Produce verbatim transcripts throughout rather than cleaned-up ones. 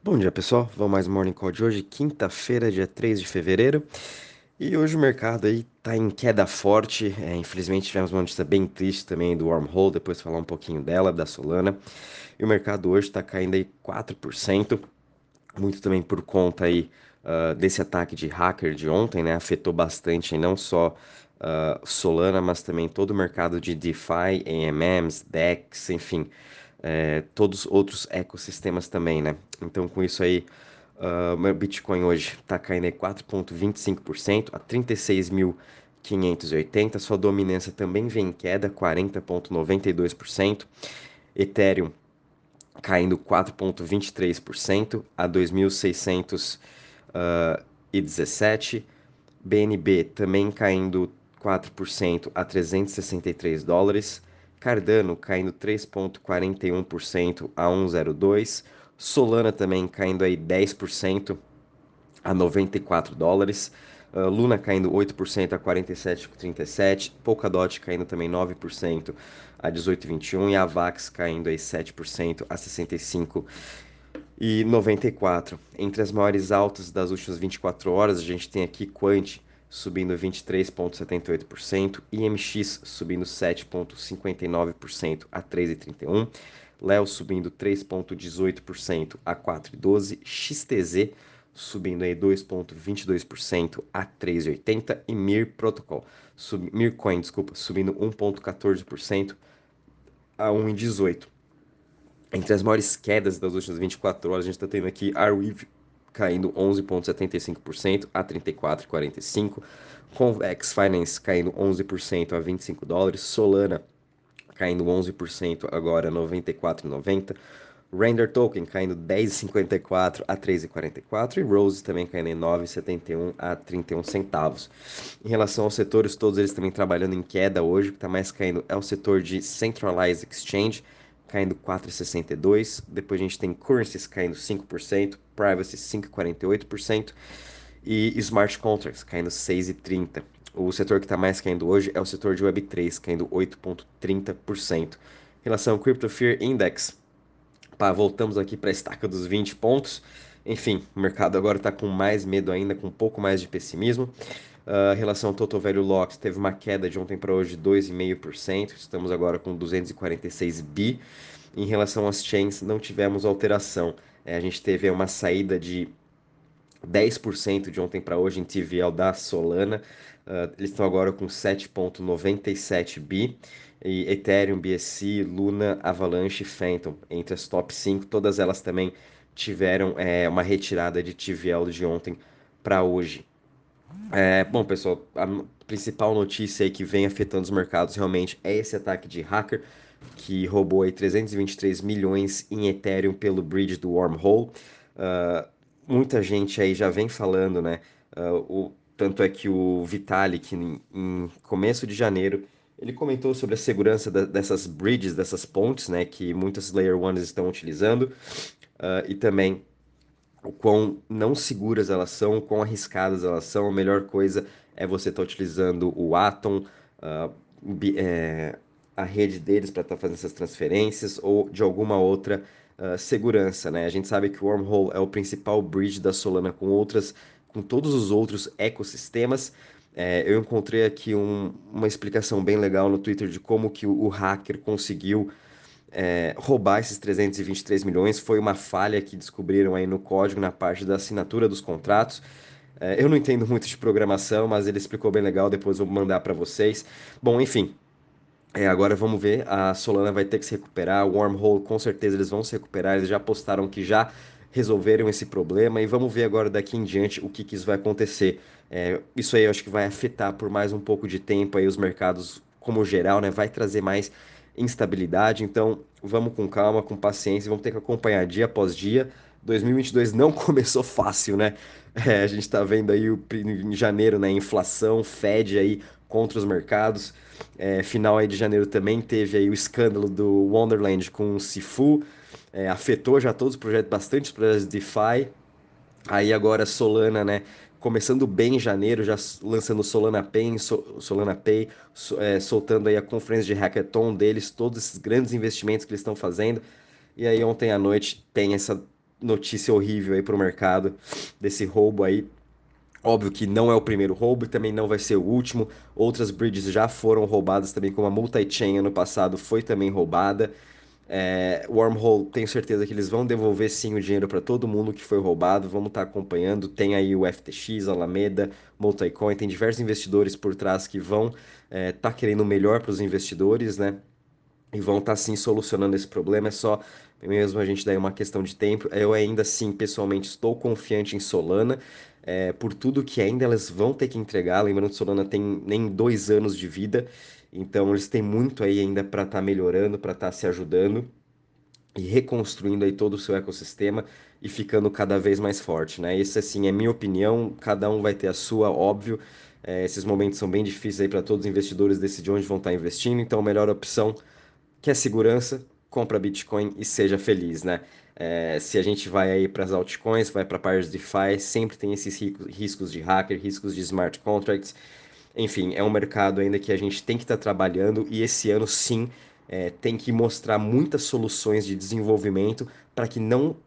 Bom dia, pessoal. Vamos mais um Morning Call de hoje, quinta-feira, dia três de fevereiro. E hoje o mercado aí tá em queda forte. É, infelizmente tivemos uma notícia bem triste também do Wormhole, depois falar um pouquinho dela, da Solana. E o mercado hoje está caindo aí quatro por cento, muito também por conta aí ah, desse ataque de hacker de ontem, né? Afetou bastante aí não só ah, Solana, mas também todo o mercado de DeFi, A M Ms, DEX, enfim, é, todos outros ecossistemas também, né? Então com isso aí, ah, meu Bitcoin hoje está caindo aí quatro vírgula vinte e cinco por cento a trinta e seis mil quinhentos e oitenta. Sua dominância também vem em queda, quarenta vírgula noventa e dois por cento. Ethereum caindo quatro vírgula vinte e três por cento a dois mil seiscentos e dezessete. B N B também caindo quatro por cento a trezentos e sessenta e três dólares. Cardano caindo três vírgula quarenta e um por cento a cento e dois dólares. Solana também caindo aí dez por cento a noventa e quatro dólares. Uh, Luna caindo oito por cento a quarenta e sete vírgula trinta e sete. Polkadot caindo também nove por cento a dezoito vírgula vinte e um. E a Vax caindo aí sete por cento a sessenta e cinco vírgula noventa e quatro. Entre as maiores altas das últimas vinte e quatro horas, a gente tem aqui Quant subindo vinte e três vírgula setenta e oito por cento, I M X subindo sete vírgula cinquenta e nove por cento a três vírgula trinta e um, Leo subindo três vírgula dezoito por cento a quatro vírgula doze, X T Z subindo aí dois vírgula vinte e dois por cento a três vírgula oitenta e Mir Protocol, sub, Mircoin, desculpa, subindo um vírgula quatorze por cento a um vírgula dezoito. Entre as maiores quedas das últimas vinte e quatro horas, a gente está tendo aqui Arweave caindo onze vírgula setenta e cinco por cento a trinta e quatro vírgula quarenta e cinco, Convex Finance caindo onze por cento a vinte e cinco dólares, Solana caindo onze por cento agora a noventa e quatro vírgula noventa, Render Token caindo dez vírgula cinquenta e quatro a três vírgula quarenta e quatro e Rose também caindo em nove vírgula setenta e um a trinta e um centavos. Em relação aos setores, todos eles também trabalhando em queda hoje, o que está mais caindo é o setor de Centralized Exchange, caindo quatro vírgula sessenta e dois por cento, depois a gente tem Currencies caindo cinco por cento, Privacy cinco vírgula quarenta e oito por cento e Smart Contracts caindo seis vírgula trinta por cento. O setor que está mais caindo hoje é o setor de Web três, caindo oito vírgula trinta por cento. Em relação ao Crypto Fear Index, pá, voltamos aqui para a estaca dos vinte pontos. Enfim, o mercado agora está com mais medo ainda, com um pouco mais de pessimismo. Uh, em relação ao Total Value Locked, teve uma queda de ontem para hoje de dois vírgula cinco por cento. Estamos agora com duzentos e quarenta e seis bi. Em relação às chains, não tivemos alteração. É, a gente teve uma saída de dez por cento de ontem para hoje em T V L da Solana. Uh, eles estão agora com sete vírgula noventa e sete bi. E Ethereum, B S C, Luna, Avalanche e Phantom, entre as top cinco, todas elas também tiveram é, uma retirada de T V L de ontem para hoje. É, bom, pessoal, a principal notícia aí que vem afetando os mercados realmente é esse ataque de hacker que roubou aí trezentos e vinte e três milhões em Ethereum pelo bridge do Wormhole. Uh, muita gente aí já vem falando, né? Uh, o, tanto é que o Vitalik, em, em começo de janeiro, ele comentou sobre a segurança da, dessas bridges, dessas pontes, né? Que muitas Layer ones estão utilizando. Uh, e também o quão não seguras elas são, o quão arriscadas elas são. A melhor coisa é você estar utilizando o Atom, uh, bi- é, a rede deles para estar fazendo essas transferências ou de alguma outra uh, segurança, né? A gente sabe que o Wormhole é o principal bridge da Solana com outras, com todos os outros ecossistemas. É, eu encontrei aqui um- uma explicação bem legal no Twitter de como que o, o hacker conseguiu é, roubar esses trezentos e vinte e três milhões. Foi uma falha que descobriram aí no código, na parte da assinatura dos contratos. É, eu não entendo muito de programação, mas ele explicou bem legal, depois eu vou mandar para vocês. Bom, enfim, é, agora vamos ver, a Solana vai ter que se recuperar, o Wormhole com certeza eles vão se recuperar, eles já postaram que já resolveram esse problema e vamos ver agora daqui em diante o que, que isso vai acontecer. É, isso aí eu acho que vai afetar por mais um pouco de tempo aí os mercados como geral, né? Vai trazer mais instabilidade, então vamos com calma, com paciência, vamos ter que acompanhar dia após dia. dois mil e vinte e dois não começou fácil, né? É, a gente está vendo aí o, em janeiro, né? Inflação, Fed aí contra os mercados. É, final aí de janeiro também teve aí o escândalo do Wonderland com o Sifu, é, afetou já todos os projetos, bastante projetos de DeFi. Aí agora Solana, né? Começando bem em janeiro, já lançando Solana Pay, so, Solana Pay, so, é, soltando aí a conferência de hackathon deles, todos esses grandes investimentos que eles estão fazendo. E aí ontem à noite tem essa notícia horrível aí para o mercado desse roubo aí. Óbvio que não é o primeiro roubo e também não vai ser o último. Outras bridges já foram roubadas também, como a Multichain ano passado foi também roubada. É, Wormhole, tenho certeza que eles vão devolver sim o dinheiro para todo mundo que foi roubado. Vamos estar acompanhando. Tem aí o F T X, Alameda, Multicoin, tem diversos investidores por trás que vão estar é, tá querendo o melhor para os investidores, né? E vão estar sim solucionando esse problema. É só mesmo a gente dar uma questão de tempo. Eu ainda assim, pessoalmente, estou confiante em Solana. É, por tudo que ainda elas vão ter que entregar. Lembrando que Solana tem nem dois anos de vida, então eles têm muito aí ainda para estar melhorando, para estar se ajudando e reconstruindo aí todo o seu ecossistema e ficando cada vez mais forte, né? Esse, assim, é minha opinião, cada um vai ter a sua, óbvio. É, esses momentos são bem difíceis aí para todos os investidores decidir onde vão estar investindo, então a melhor opção, quer segurança, compra Bitcoin e seja feliz, né? É, se a gente vai aí para as altcoins, vai para pares DeFi, sempre tem esses riscos de hacker, riscos de smart contracts. Enfim, é um mercado ainda que a gente tem que estar trabalhando e esse ano sim é, tem que mostrar muitas soluções de desenvolvimento para que não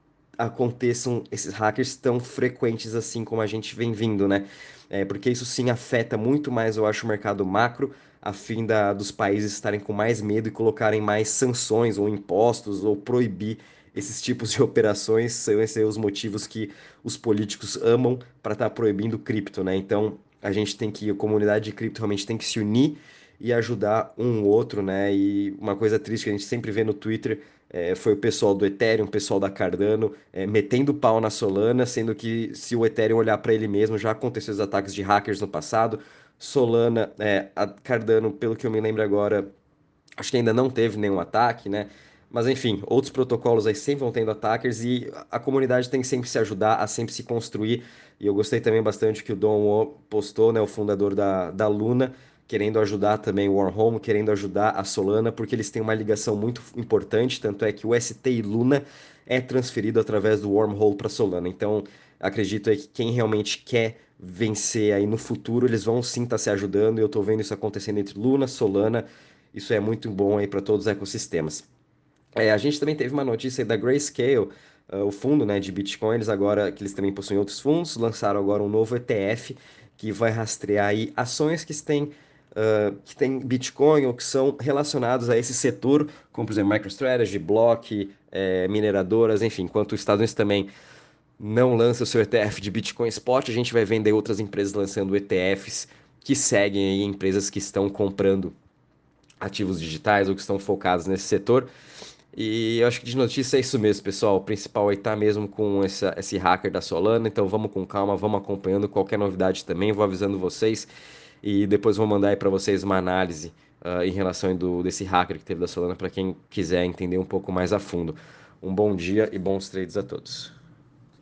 aconteçam esses hackers tão frequentes assim como a gente vem vindo, né? É, porque isso sim afeta muito mais, eu acho, o mercado macro, a fim da, dos países estarem com mais medo e colocarem mais sanções ou impostos ou proibir esses tipos de operações. São esses os motivos que os políticos amam para estar proibindo cripto, né? Então a gente tem que, a comunidade de cripto realmente tem que se unir e ajudar um outro, né? E uma coisa triste que a gente sempre vê no Twitter é, foi o pessoal do Ethereum, o pessoal da Cardano, é, metendo pau na Solana, sendo que se o Ethereum olhar para ele mesmo, já aconteceu os ataques de hackers no passado. Solana, é, a Cardano, pelo que eu me lembro agora, acho que ainda não teve nenhum ataque, né? Mas enfim, outros protocolos aí sempre vão tendo attackers e a comunidade tem que sempre se ajudar a sempre se construir. E eu gostei também bastante que o Don Wall postou, né, o fundador da, da Luna, querendo ajudar também o Wormhole, querendo ajudar a Solana, porque eles têm uma ligação muito importante, tanto é que o S T e Luna é transferido através do Wormhole para Solana. Então, acredito aí que quem realmente quer vencer aí no futuro, eles vão sim estar se ajudando, e eu estou vendo isso acontecendo entre Luna, Solana. Isso é muito bom aí para todos os ecossistemas. É, a gente também teve uma notícia aí da Grayscale, uh, o fundo, né, de Bitcoin, eles agora, que eles também possuem outros fundos, lançaram agora um novo E T F que vai rastrear aí ações que têm, uh, que têm Bitcoin ou que são relacionados a esse setor, como por exemplo MicroStrategy, Block, é, mineradoras, enfim, enquanto os Estados Unidos também não lança o seu E T F de Bitcoin Spot, a gente vai vender outras empresas lançando E T Fs que seguem aí empresas que estão comprando ativos digitais ou que estão focados nesse setor. E eu acho que de notícia é isso mesmo, pessoal. O principal aí tá mesmo com essa, esse hacker da Solana, então vamos com calma, vamos acompanhando qualquer novidade também, vou avisando vocês e depois vou mandar aí para vocês uma análise uh, em relação do, desse hacker que teve da Solana para quem quiser entender um pouco mais a fundo. Um bom dia e bons trades a todos.